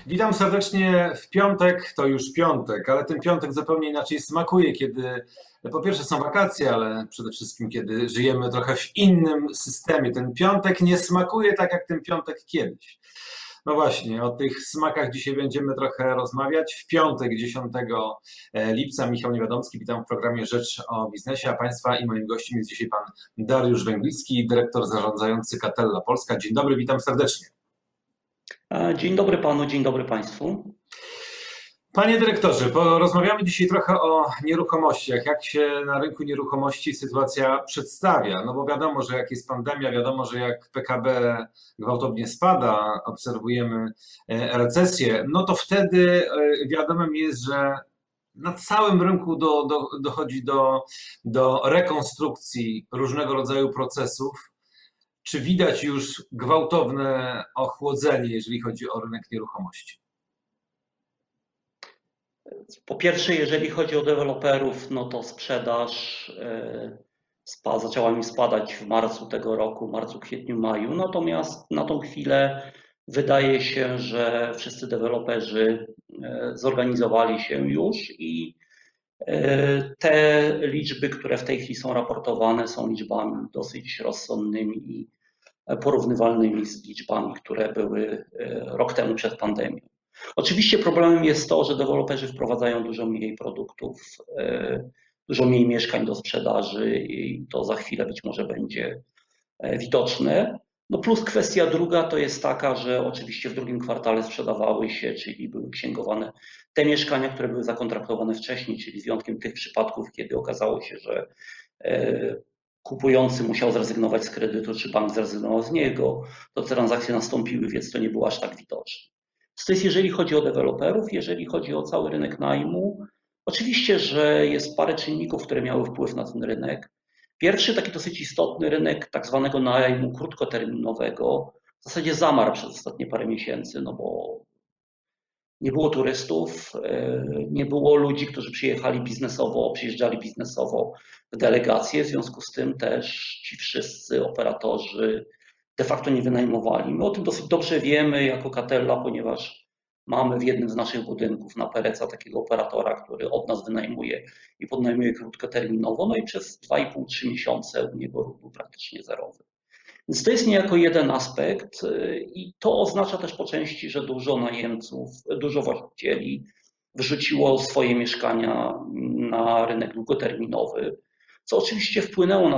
Witam serdecznie w piątek, to już piątek, ale ten piątek zupełnie inaczej smakuje, kiedy po pierwsze są wakacje, ale przede wszystkim kiedy żyjemy trochę w innym systemie. Ten piątek nie smakuje tak jak ten piątek kiedyś. No właśnie, o tych smakach dzisiaj będziemy trochę rozmawiać. W piątek 10 lipca Michał Niewiadomski, witam w programie Rzecz o Biznesie, a Państwa i moim gościem jest dzisiaj pan Dariusz Węglicki, dyrektor zarządzający Catella Polska. Dzień dobry, witam serdecznie. Dzień dobry panu, dzień dobry państwu. Panie dyrektorze, porozmawiamy dzisiaj trochę o nieruchomościach. Jak się na rynku nieruchomości sytuacja przedstawia? No bo wiadomo, że jak jest pandemia, wiadomo, że jak PKB gwałtownie spada, obserwujemy recesję, no to wtedy wiadomym jest, że na całym rynku dochodzi do rekonstrukcji różnego rodzaju procesów. Czy widać już gwałtowne ochłodzenie, jeżeli chodzi o rynek nieruchomości? Po pierwsze, jeżeli chodzi o deweloperów, no to sprzedaż zaczęła mi spadać w marcu tego roku, marcu, kwietniu, maju. Natomiast na tą chwilę wydaje się, że wszyscy deweloperzy zorganizowali się już i te liczby, które w tej chwili są raportowane, są liczbami dosyć rozsądnymi i porównywalnymi z liczbami, które były rok temu przed pandemią. Oczywiście problemem jest to, że deweloperzy wprowadzają dużo mniej produktów, dużo mniej mieszkań do sprzedaży i to za chwilę być może będzie widoczne. No plus kwestia druga to jest taka, że oczywiście w drugim kwartale sprzedawały się, czyli były księgowane te mieszkania, które były zakontraktowane wcześniej, czyli z wyjątkiem tych przypadków, kiedy okazało się, że kupujący musiał zrezygnować z kredytu, czy bank zrezygnował z niego, to transakcje nastąpiły, więc to nie było aż tak widoczne. To jest jeżeli chodzi o deweloperów, jeżeli chodzi o cały rynek najmu. Oczywiście, że jest parę czynników, które miały wpływ na ten rynek. Pierwszy taki dosyć istotny rynek tak zwanego najmu krótkoterminowego w zasadzie zamarł przez ostatnie parę miesięcy, no bo nie było turystów, nie było ludzi, którzy przyjeżdżali biznesowo w delegacje, w związku z tym też ci wszyscy operatorzy de facto nie wynajmowali. My o tym dosyć dobrze wiemy jako Catella, ponieważ mamy w jednym z naszych budynków na Pereca takiego operatora, który od nas wynajmuje i podnajmuje krótkoterminowo, no i przez 2,5–3 miesiące u niego ruch był praktycznie zerowy. Więc to jest niejako jeden aspekt i to oznacza też po części, że dużo najemców, dużo właścicieli wyrzuciło swoje mieszkania na rynek długoterminowy, co oczywiście wpłynęło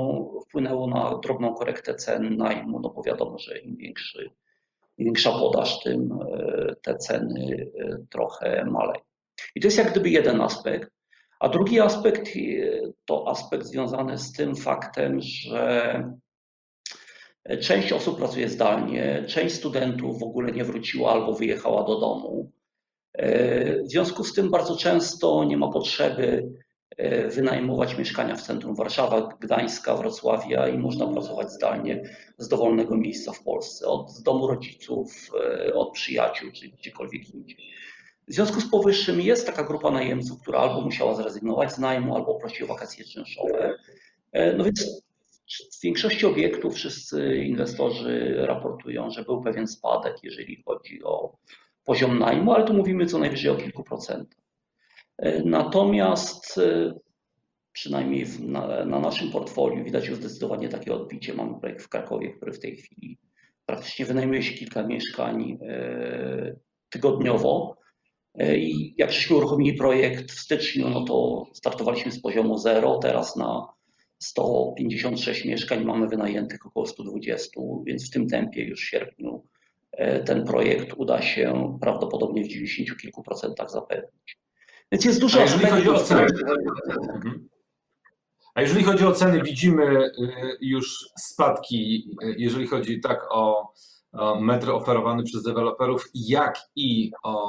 na drobną korektę cen najmu, no bo wiadomo, że im większa podaż, tym te ceny trochę maleją. I to jest jak gdyby jeden aspekt. A drugi aspekt to aspekt związany z tym faktem, że część osób pracuje zdalnie, część studentów w ogóle nie wróciła albo wyjechała do domu. W związku z tym bardzo często nie ma potrzeby wynajmować mieszkania w centrum Warszawa, Gdańska, Wrocławia i można pracować zdalnie z dowolnego miejsca w Polsce, od domu rodziców, od przyjaciół, czy gdziekolwiek indziej. W związku z powyższym jest taka grupa najemców, która albo musiała zrezygnować z najmu, albo prosiła o wakacje czynszowe. No więc w większości obiektów wszyscy inwestorzy raportują, że był pewien spadek, jeżeli chodzi o poziom najmu, ale tu mówimy co najwyżej o kilku procentach. Natomiast przynajmniej na naszym portfoliu widać już zdecydowanie takie odbicie. Mamy projekt w Krakowie, który w tej chwili praktycznie wynajmuje się kilka mieszkań tygodniowo. I jak żeśmy uruchomili projekt w styczniu, no to startowaliśmy z poziomu 0, teraz na 156 mieszkań mamy wynajętych około 120, więc w tym tempie już w sierpniu ten projekt uda się prawdopodobnie w 90 kilku procentach zapewnić. Więc jest dużo aspektów. A jeżeli chodzi o ceny, widzimy już spadki, jeżeli chodzi tak o metr oferowany przez deweloperów, jak i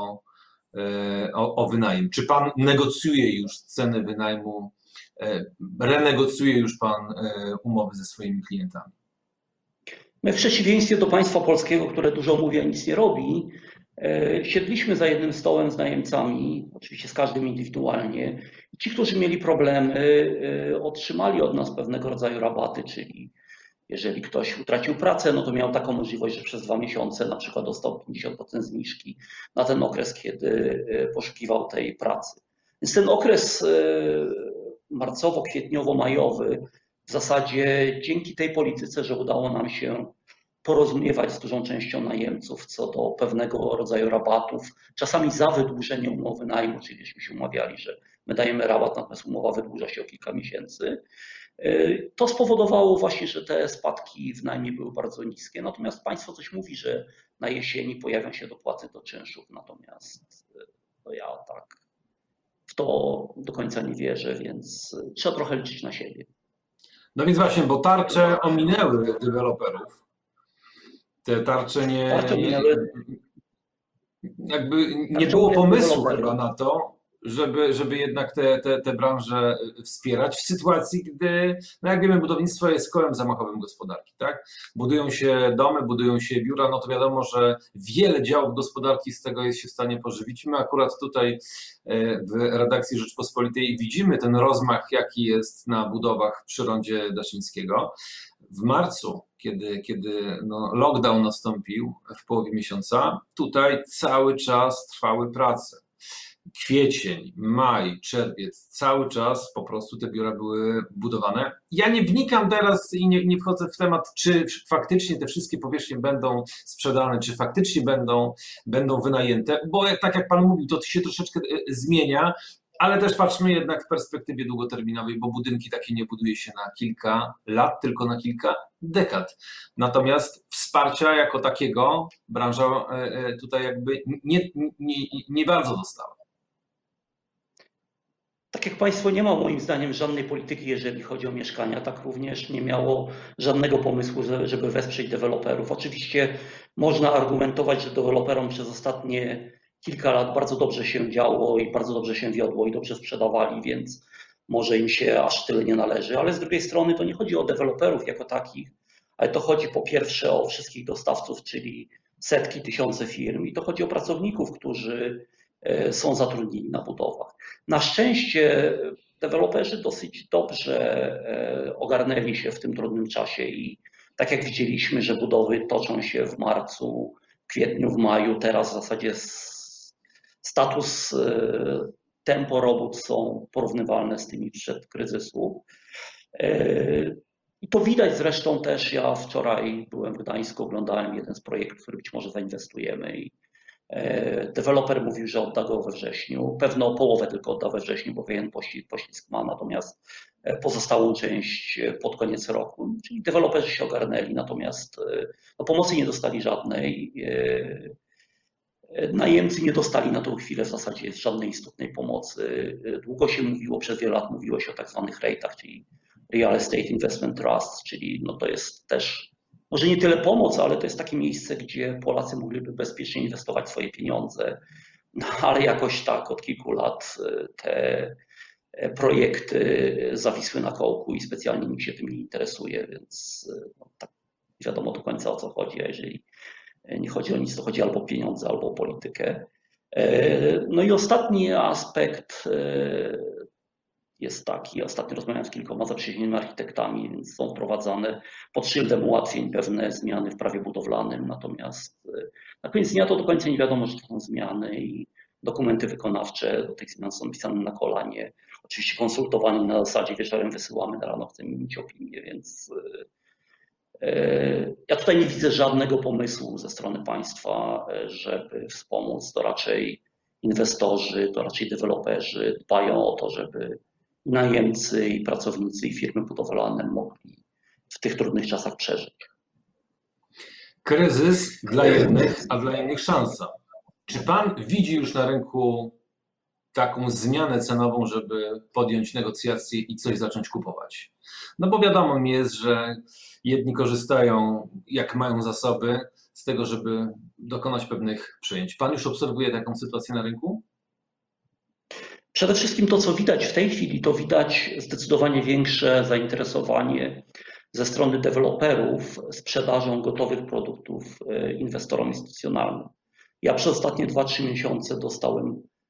o wynajem. Czy pan negocjuje już ceny wynajmu, renegocjuje już pan umowy ze swoimi klientami? My w przeciwieństwie do państwa polskiego, które dużo mówi, a nic nie robi, siedliśmy za jednym stołem z najemcami, oczywiście z każdym indywidualnie. Ci, którzy mieli problemy, otrzymali od nas pewnego rodzaju rabaty, czyli Jeżeli ktoś utracił pracę, no to miał taką możliwość, że przez 2 miesiące na przykład dostał 50% zniżki na ten okres, kiedy poszukiwał tej pracy. Więc ten okres marcowo-kwietniowo-majowy w zasadzie dzięki tej polityce, że udało nam się porozumiewać z dużą częścią najemców co do pewnego rodzaju rabatów, czasami za wydłużenie umowy najmu, czyli żeśmy się umawiali, że my dajemy rabat, natomiast umowa wydłuża się o kilka miesięcy. To spowodowało właśnie, że te spadki w najmie były bardzo niskie. Natomiast państwo coś mówi, że na jesieni pojawią się dopłaty do czynszów, natomiast to ja tak w to do końca nie wierzę, więc trzeba trochę liczyć na siebie. No więc właśnie, bo tarcze ominęły deweloperów. Te tarcze nie było pomysłu chyba na to, żeby jednak te branże wspierać w sytuacji, gdy, no jak wiemy, budownictwo jest kołem zamachowym gospodarki, tak? Budują się domy, budują się biura, no to wiadomo, że wiele działów gospodarki z tego jest się w stanie pożywić. My akurat tutaj w redakcji Rzeczpospolitej widzimy ten rozmach, jaki jest na budowach przy rondzie Daszyńskiego. W marcu, kiedy lockdown nastąpił w połowie miesiąca, tutaj cały czas trwały prace. Kwiecień, maj, czerwiec, cały czas po prostu te biura były budowane. Ja nie wnikam teraz i nie wchodzę w temat, czy faktycznie te wszystkie powierzchnie będą sprzedane, czy faktycznie będą wynajęte, bo tak jak Pan mówił, to się troszeczkę zmienia, ale też patrzmy jednak w perspektywie długoterminowej, bo budynki takie nie buduje się na kilka lat, tylko na kilka dekad. Natomiast wsparcia jako takiego branża tutaj jakby nie bardzo dostała. Tak jak państwo nie ma moim zdaniem żadnej polityki, jeżeli chodzi o mieszkania, tak również nie miało żadnego pomysłu, żeby wesprzeć deweloperów. Oczywiście można argumentować, że deweloperom przez ostatnie kilka lat bardzo dobrze się działo i bardzo dobrze się wiodło i dobrze sprzedawali, więc może im się aż tyle nie należy, ale z drugiej strony to nie chodzi o deweloperów jako takich, ale to chodzi po pierwsze o wszystkich dostawców, czyli setki, tysiące firm i to chodzi o pracowników, którzy są zatrudnieni na budowach. Na szczęście deweloperzy dosyć dobrze ogarnęli się w tym trudnym czasie i tak jak widzieliśmy, że budowy toczą się w marcu, kwietniu, w maju, teraz w zasadzie status, tempo robót są porównywalne z tymi sprzed kryzysu. I to widać zresztą też, ja wczoraj byłem w Gdańsku, oglądałem jeden z projektów, w który być może zainwestujemy i deweloper mówił, że odda go we wrześniu, pewno połowę tylko odda we wrześniu, bo pewien poślizg ma, natomiast pozostałą część pod koniec roku. Czyli deweloperzy się ogarnęli, natomiast pomocy nie dostali żadnej. Najemcy nie dostali na tą chwilę w zasadzie żadnej istotnej pomocy. Długo się mówiło, przez wiele lat mówiło się o tak zwanych REIT-ach, czyli Real Estate Investment Trust, czyli to jest też może nie tyle pomoc, ale to jest takie miejsce, gdzie Polacy mogliby bezpiecznie inwestować swoje pieniądze, ale jakoś tak od kilku lat te projekty zawisły na kołku i specjalnie nikt się tym nie interesuje, więc tak nie wiadomo do końca o co chodzi, a jeżeli nie chodzi o nic, to chodzi albo o pieniądze, albo o politykę. No i ostatni aspekt jest taki, ostatnio rozmawiałem z kilkoma zaprzyjaźnionymi architektami, więc są wprowadzane pod szyldem ułatwień pewne zmiany w prawie budowlanym, natomiast na koniec dnia to do końca nie wiadomo, że to są zmiany i dokumenty wykonawcze do tych zmian są pisane na kolanie, oczywiście konsultowane na zasadzie wieczorem wysyłamy, na rano chcemy mieć opinię, więc ja tutaj nie widzę żadnego pomysłu ze strony państwa, żeby wspomóc. To raczej inwestorzy, to raczej deweloperzy dbają o to, żeby najemcy i pracownicy i firmy budowlane mogli w tych trudnych czasach przeżyć. Kryzys dla jednych, a dla innych szansa. Czy pan widzi już na rynku taką zmianę cenową, żeby podjąć negocjacje i coś zacząć kupować? No bo wiadomo mi jest, że jedni korzystają, jak mają zasoby, z tego, żeby dokonać pewnych przyjęć. Pan już obserwuje taką sytuację na rynku? Przede wszystkim to, co widać w tej chwili, to widać zdecydowanie większe zainteresowanie ze strony deweloperów sprzedażą gotowych produktów inwestorom instytucjonalnym. Ja przez ostatnie 2-3 miesiące dostałem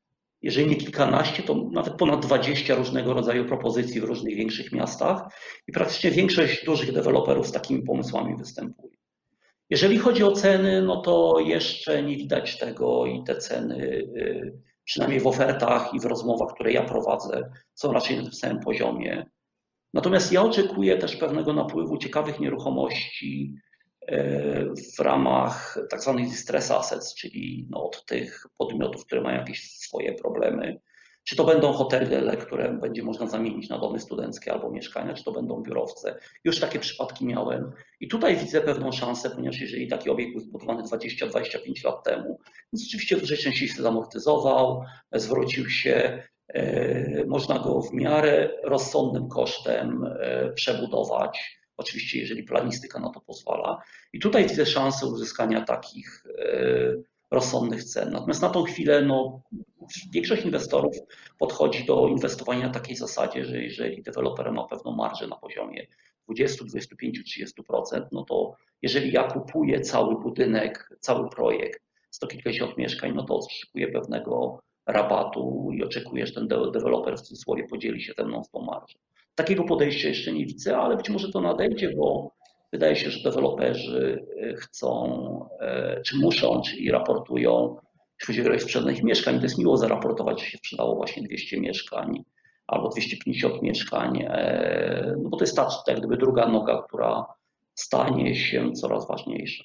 jeżeli nie kilkanaście, to nawet ponad 20 różnego rodzaju propozycji w różnych większych miastach i praktycznie większość dużych deweloperów z takimi pomysłami występuje. Jeżeli chodzi o ceny, no to jeszcze nie widać tego i te ceny, przynajmniej w ofertach i w rozmowach, które ja prowadzę, są raczej na tym samym poziomie. Natomiast ja oczekuję też pewnego napływu ciekawych nieruchomości w ramach tak zwanych distress assets, czyli no od tych podmiotów, które mają jakieś swoje problemy. Czy to będą hotele, które będzie można zamienić na domy studenckie albo mieszkania, czy to będą biurowce. Już takie przypadki miałem i tutaj widzę pewną szansę, ponieważ jeżeli taki obiekt był zbudowany 20-25 lat temu, więc oczywiście w dużej części się zamortyzował, zwrócił się, można go w miarę rozsądnym kosztem przebudować. Oczywiście, jeżeli planistyka na to pozwala. I tutaj widzę szansę uzyskania takich rozsądnych cen. Natomiast na tą chwilę no, większość inwestorów podchodzi do inwestowania na takiej zasadzie, że jeżeli deweloper ma pewną marżę na poziomie 20, 25, 30%, no to jeżeli ja kupuję cały budynek, cały projekt, sto kilkadziesiąt mieszkań, no to oczekuję pewnego rabatu i oczekuję, że ten deweloper w cudzysłowie podzieli się ze mną z tą marżą. Takiego podejścia jeszcze nie widzę, ale być może to nadejdzie, bo wydaje się, że deweloperzy chcą, czy muszą, czyli raportują, jeśli chodzi o ilość sprzedanych mieszkań. To jest miło zaraportować, że się sprzedało właśnie 200 mieszkań albo 250 mieszkań, no bo to jest ta jak gdyby druga noga, która stanie się coraz ważniejsza.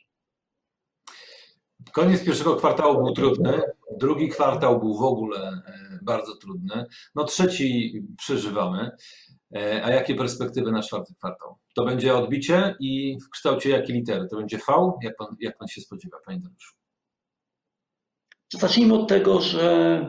Koniec pierwszego kwartału był trudny, drugi kwartał był w ogóle bardzo trudny, no trzeci przeżywamy. A jakie perspektywy na czwarty kwartał? To będzie odbicie i w kształcie jakiej litery? To będzie V? Jak pan się spodziewa, panie Dariuszu? Zacznijmy od tego, że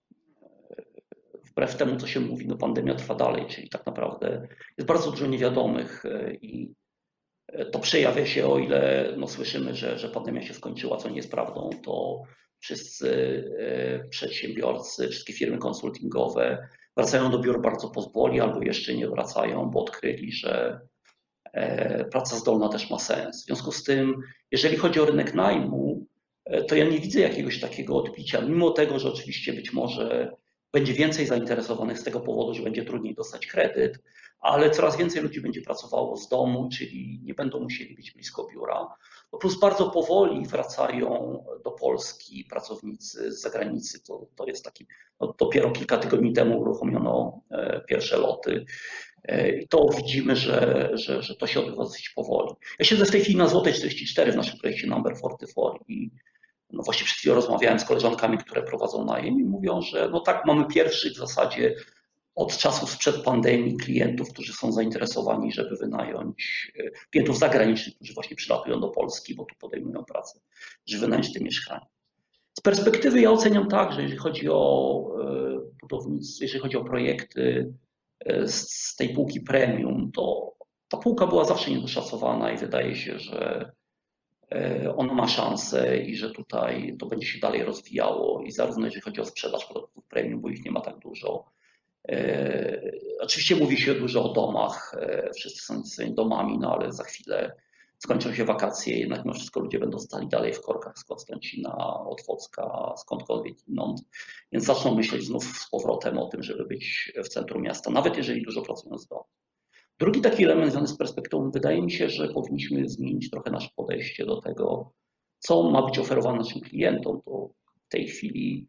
wbrew temu, co się mówi, no pandemia trwa dalej, czyli tak naprawdę jest bardzo dużo niewiadomych i to przejawia się, o ile no, słyszymy, że pandemia się skończyła, co nie jest prawdą, to wszyscy przedsiębiorcy, wszystkie firmy konsultingowe wracają do biur bardzo powoli albo jeszcze nie wracają, bo odkryli, że praca zdolna też ma sens. W związku z tym, jeżeli chodzi o rynek najmu, to ja nie widzę jakiegoś takiego odbicia, mimo tego, że oczywiście być może będzie więcej zainteresowanych z tego powodu, że będzie trudniej dostać kredyt, ale coraz więcej ludzi będzie pracowało z domu, czyli nie będą musieli być blisko biura. Plus bardzo powoli wracają do Polski pracownicy z zagranicy. To jest taki, no dopiero kilka tygodni temu uruchomiono pierwsze loty. I to widzimy, że to się odbywa dosyć powoli. Ja siedzę w tej chwili na Złotej 44 w naszym projekcie Number 44 i no właśnie przed chwilą rozmawiałem z koleżankami, które prowadzą najem i mówią, że no tak, mamy pierwszych w zasadzie od czasów sprzed pandemii klientów, którzy są zainteresowani, żeby wynająć, klientów zagranicznych, którzy właśnie przylatują do Polski, bo tu podejmują pracę, żeby wynająć te mieszkania. Z perspektywy ja oceniam tak, że jeżeli chodzi o budownictwo, jeżeli chodzi o projekty z tej półki premium, to ta półka była zawsze niedoszacowana i wydaje się, że ono ma szansę i że tutaj to będzie się dalej rozwijało i zarówno jeżeli chodzi o sprzedaż produktów premium, bo ich nie ma tak dużo. Oczywiście mówi się dużo o domach, wszyscy są swoimi domami, no ale za chwilę skończą się wakacje, jednak mimo wszystko ludzie będą stali dalej w korkach z Konstancina, Otwocka, skądkolwiek inąd, więc zaczną myśleć znów z powrotem o tym, żeby być w centrum miasta, nawet jeżeli dużo pracują z domu. Drugi taki element związany z perspektywą, wydaje mi się, że powinniśmy zmienić trochę nasze podejście do tego, co ma być oferowane naszym klientom. To w tej chwili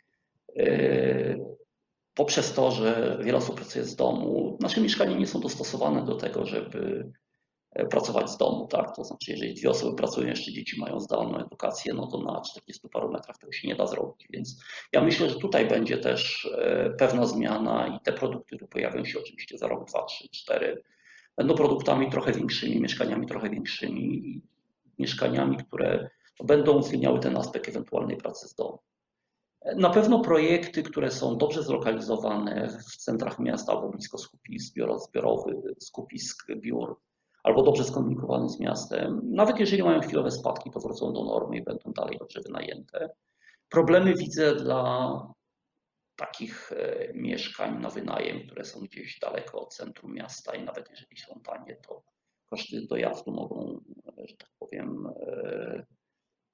poprzez to, że wiele osób pracuje z domu, nasze mieszkania nie są dostosowane do tego, żeby pracować z domu, tak? To znaczy, jeżeli dwie osoby pracują, jeszcze dzieci mają zdalną edukację, no to na 40 paru metrach tego się nie da zrobić, więc ja myślę, że tutaj będzie też pewna zmiana i te produkty, które pojawią się oczywiście za rok, 2, 3, 4, będą produktami trochę większymi, mieszkaniami trochę większymi i mieszkaniami, które będą uwzględniały ten aspekt ewentualnej pracy z domu. Na pewno projekty, które są dobrze zlokalizowane w centrach miasta albo blisko skupisk zbiorowych, skupisk biur, albo dobrze skomunikowane z miastem, nawet jeżeli mają chwilowe spadki, to wrócą do normy i będą dalej dobrze wynajęte. Problemy widzę dla takich mieszkań na wynajem, które są gdzieś daleko od centrum miasta i nawet jeżeli są tanie, to koszty dojazdu mogą, że tak powiem,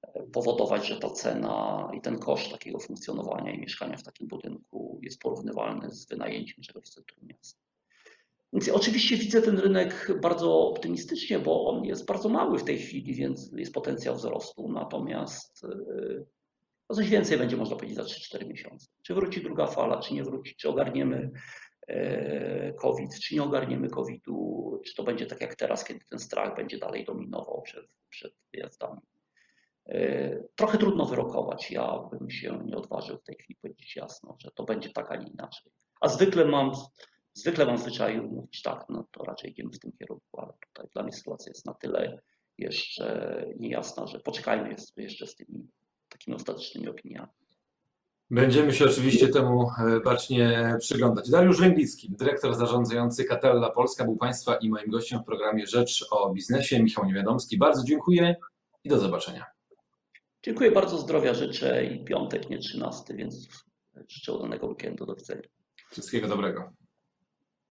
powodować, że ta cena i ten koszt takiego funkcjonowania i mieszkania w takim budynku jest porównywalny z wynajęciem czegoś w centrum miasta. Więc oczywiście widzę ten rynek bardzo optymistycznie, bo on jest bardzo mały w tej chwili, więc jest potencjał wzrostu. Natomiast coś więcej będzie można powiedzieć za 3-4 miesiące. Czy wróci druga fala, czy nie wróci, czy ogarniemy COVID, czy nie ogarniemy COVID-u, czy to będzie tak jak teraz, kiedy ten strach będzie dalej dominował przed wyjazdami. Trochę trudno wyrokować. Ja bym się nie odważył w tej chwili powiedzieć jasno, że to będzie tak, a nie inaczej. A zwykle mam w zwyczaju mówić tak, no to raczej idziemy w tym kierunku, ale tutaj dla mnie sytuacja jest na tyle jeszcze niejasna, że poczekajmy jeszcze z tymi takimi ostatecznymi opiniami. Będziemy się oczywiście temu bacznie przyglądać. Dariusz Węglicki, dyrektor zarządzający Catella Polska, był Państwa i moim gościem w programie Rzecz o Biznesie. Michał Niewiadomski, bardzo dziękuję i do zobaczenia. Dziękuję bardzo, zdrowia życzę i piątek, nie 13, więc życzę udanego weekendu. Do widzenia. Wszystkiego dobrego.